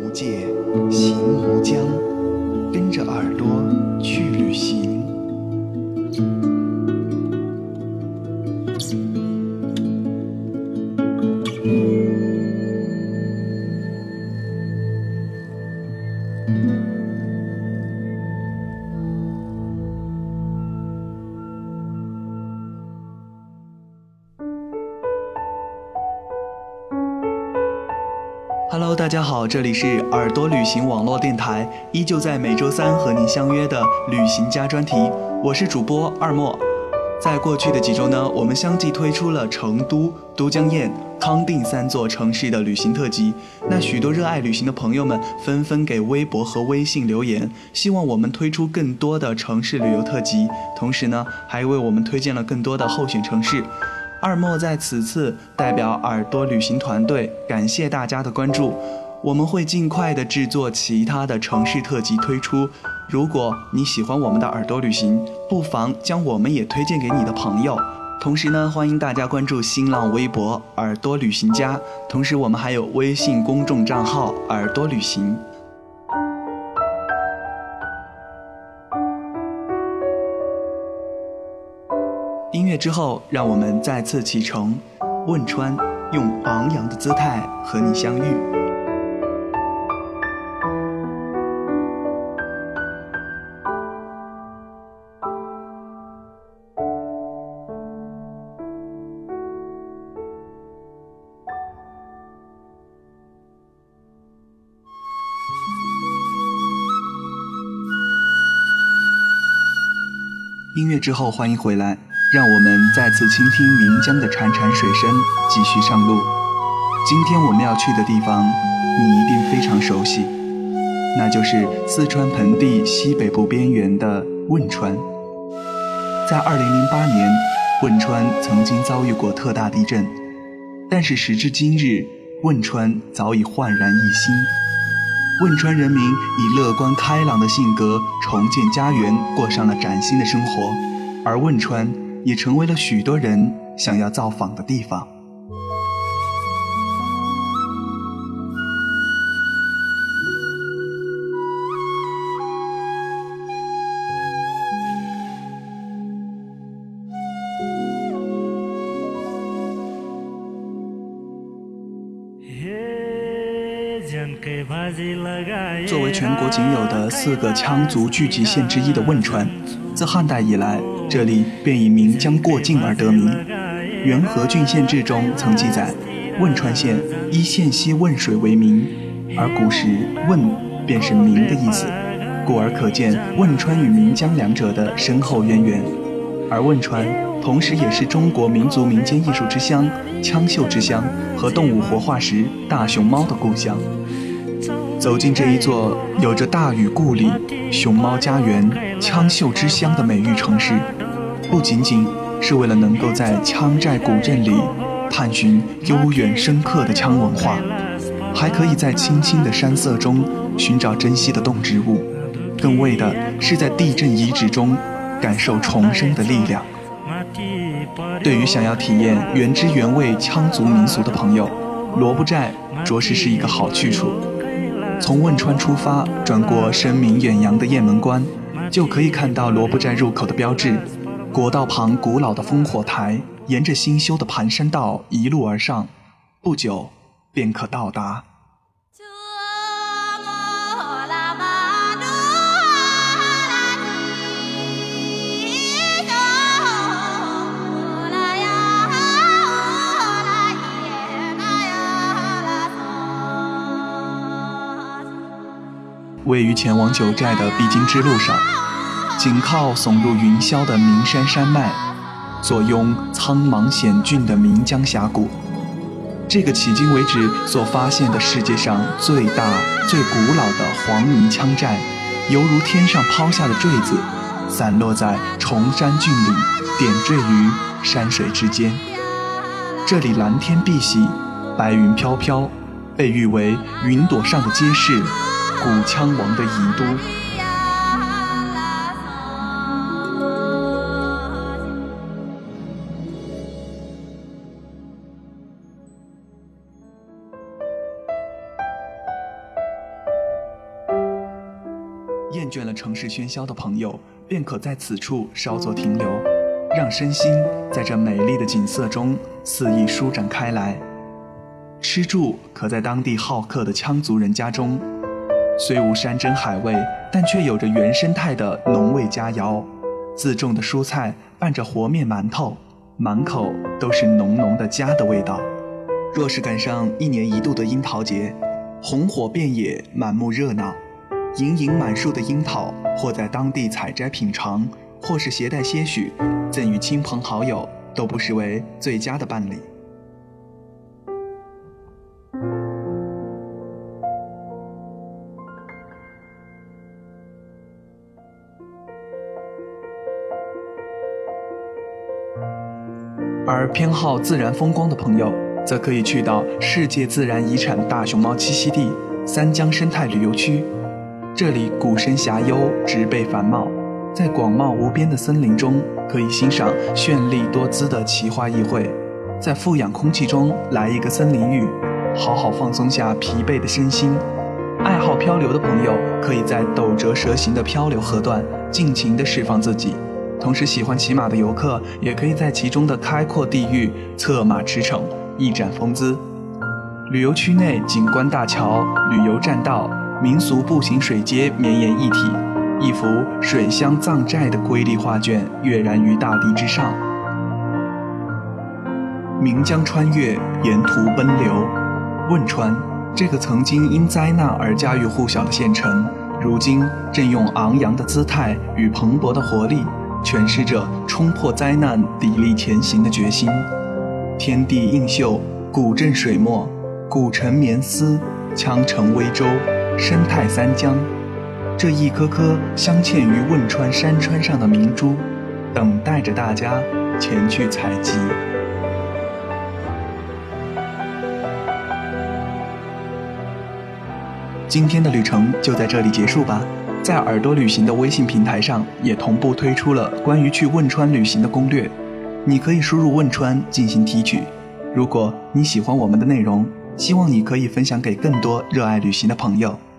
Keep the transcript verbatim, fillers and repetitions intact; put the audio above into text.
无界，行无疆，跟着耳朵去旅行。Hello， 大家好，这里是耳朵旅行网络电台，依旧在每周三和你相约的旅行家专题，我是主播二莫。在过去的几周呢，我们相继推出了成都、都江堰、康定三座城市的旅行特辑。那许多热爱旅行的朋友们纷纷给微博和微信留言，希望我们推出更多的城市旅游特辑，同时呢，还为我们推荐了更多的候选城市。二莫在此次代表耳朵旅行团队感谢大家的关注，我们会尽快的制作其他的城市特辑推出。如果你喜欢我们的耳朵旅行，不妨将我们也推荐给你的朋友。同时呢，欢迎大家关注新浪微博耳朵旅行家，同时我们还有微信公众账号耳朵旅行。音乐之后，让我们再次启程，汶川，用昂扬的姿态和你相遇。音乐之后，欢迎回来。让我们再次倾听岷江的潺潺水声，继续上路。今天我们要去的地方，你一定非常熟悉，那就是四川盆地西北部边缘的汶川。在二零零八年，汶川曾经遭遇过特大地震，但是时至今日，汶川早已焕然一新。汶川人民以乐观开朗的性格重建家园，过上了崭新的生活，而汶川也成为了许多人想要造访的地方。作为全国仅有的四个羌族聚集县之一的汶川，自汉代以来，这里便以岷江过境而得名。《元和郡县志》中曾记载，汶川县依县西汶水为名，而古时汶便是岷的意思，故而可见汶川与岷江两者的深厚渊源。而汶川同时也是中国民族民间艺术之乡、羌绣之乡和动物活化石大熊猫的故乡。走进这一座有着大禹故里、熊猫家园、羌绣之乡的美誉城市，不仅仅是为了能够在羌寨古镇里探寻悠远深刻的羌文化，还可以在青青的山色中寻找珍稀的动植物，更为的是在地震遗址中感受重生的力量。对于想要体验原汁原味羌族民俗的朋友，罗布寨着实是一个好去处。从汶川出发，转过声名远扬的雁门关，就可以看到罗布寨入口的标志。国道旁古老的烽火台，沿着新修的盘山道一路而上，不久便可到达。位于前往九寨的必经之路上，紧靠耸入云霄的岷山山脉，坐拥苍茫险峻的岷江峡谷。这个迄今为止所发现的世界上最大最古老的黄泥羌寨，犹如天上抛下的坠子，散落在崇山峻岭，点缀于山水之间。这里蓝天碧玺，白云飘飘，被誉为云朵上的街市，古羌王的遗都。 厌倦了城市喧嚣的朋友，便可在此处稍作停留，让身心在这美丽的景色中肆意舒展开来。吃住可在当地好客的羌族人家中，虽无山珍海味，但却有着原生态的浓味佳肴，自种的蔬菜拌着和面馒头，满口都是浓浓的家的味道。若是赶上一年一度的樱桃节，红火遍野，满目热闹，盈盈满树的樱桃，或在当地采摘品尝，或是携带些许赠与亲朋好友，都不失为最佳的伴侣。而偏好自然风光的朋友，则可以去到世界自然遗产大熊猫栖息地三江生态旅游区。这里古深峡幽，植被繁茂，在广袤无边的森林中，可以欣赏绚丽多姿的奇花异卉，在富氧空气中来一个森林浴，好好放松下疲惫的身心。爱好漂流的朋友，可以在陡折蛇形的漂流河段尽情地释放自己。同时喜欢骑马的游客，也可以在其中的开阔地域策马驰骋，一展风姿。旅游区内景观大桥、旅游栈道、民俗步行水街绵延一体，一幅水乡藏寨的瑰丽画卷跃然于大地之上。岷江穿越，沿途奔流。汶川这个曾经因灾难而家喻户晓的县城，如今正用昂扬的姿态与蓬勃的活力，诠释着冲破灾难、砥砺前行的决心。天地映秀，古镇水墨，古城绵丝，羌城微舟，生态三江，这一颗颗镶嵌于汶川山川上的明珠，等待着大家前去采集。今天的旅程就在这里结束吧。在耳朵旅行的微信平台上，也同步推出了关于去汶川旅行的攻略，你可以输入汶川进行提取。如果你喜欢我们的内容，希望你可以分享给更多热爱旅行的朋友。